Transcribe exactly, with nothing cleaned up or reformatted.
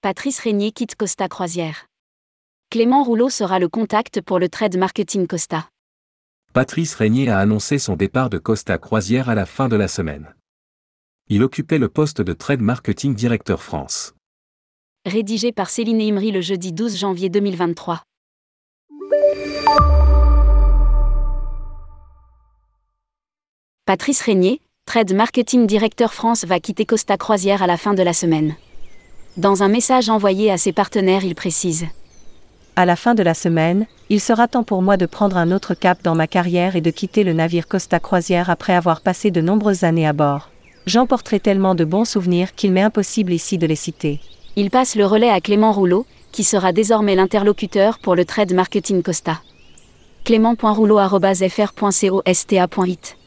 Patrice Régnier quitte Costa Croisière. Clément Rouleau sera le contact pour le trade marketing Costa. Patrice Régnier a annoncé son départ de Costa Croisière à la fin de la semaine. Il occupait le poste de Trade Marketing Directeur France. Rédigé par Céline Imri le jeudi douze janvier deux mille vingt-trois. Patrice Régnier, Trade Marketing Directeur France, va quitter Costa Croisière à la fin de la semaine. Dans un message envoyé à ses partenaires, il précise: À la fin de la semaine, il sera temps pour moi de prendre un autre cap dans ma carrière et de quitter le navire Costa Croisière après avoir passé de nombreuses années à bord. J'emporterai tellement de bons souvenirs qu'il m'est impossible ici de les citer. Il passe le relais à Clément Rouleau, qui sera désormais l'interlocuteur pour le trade marketing Costa. clément point rouleau arobase f r point costa point huit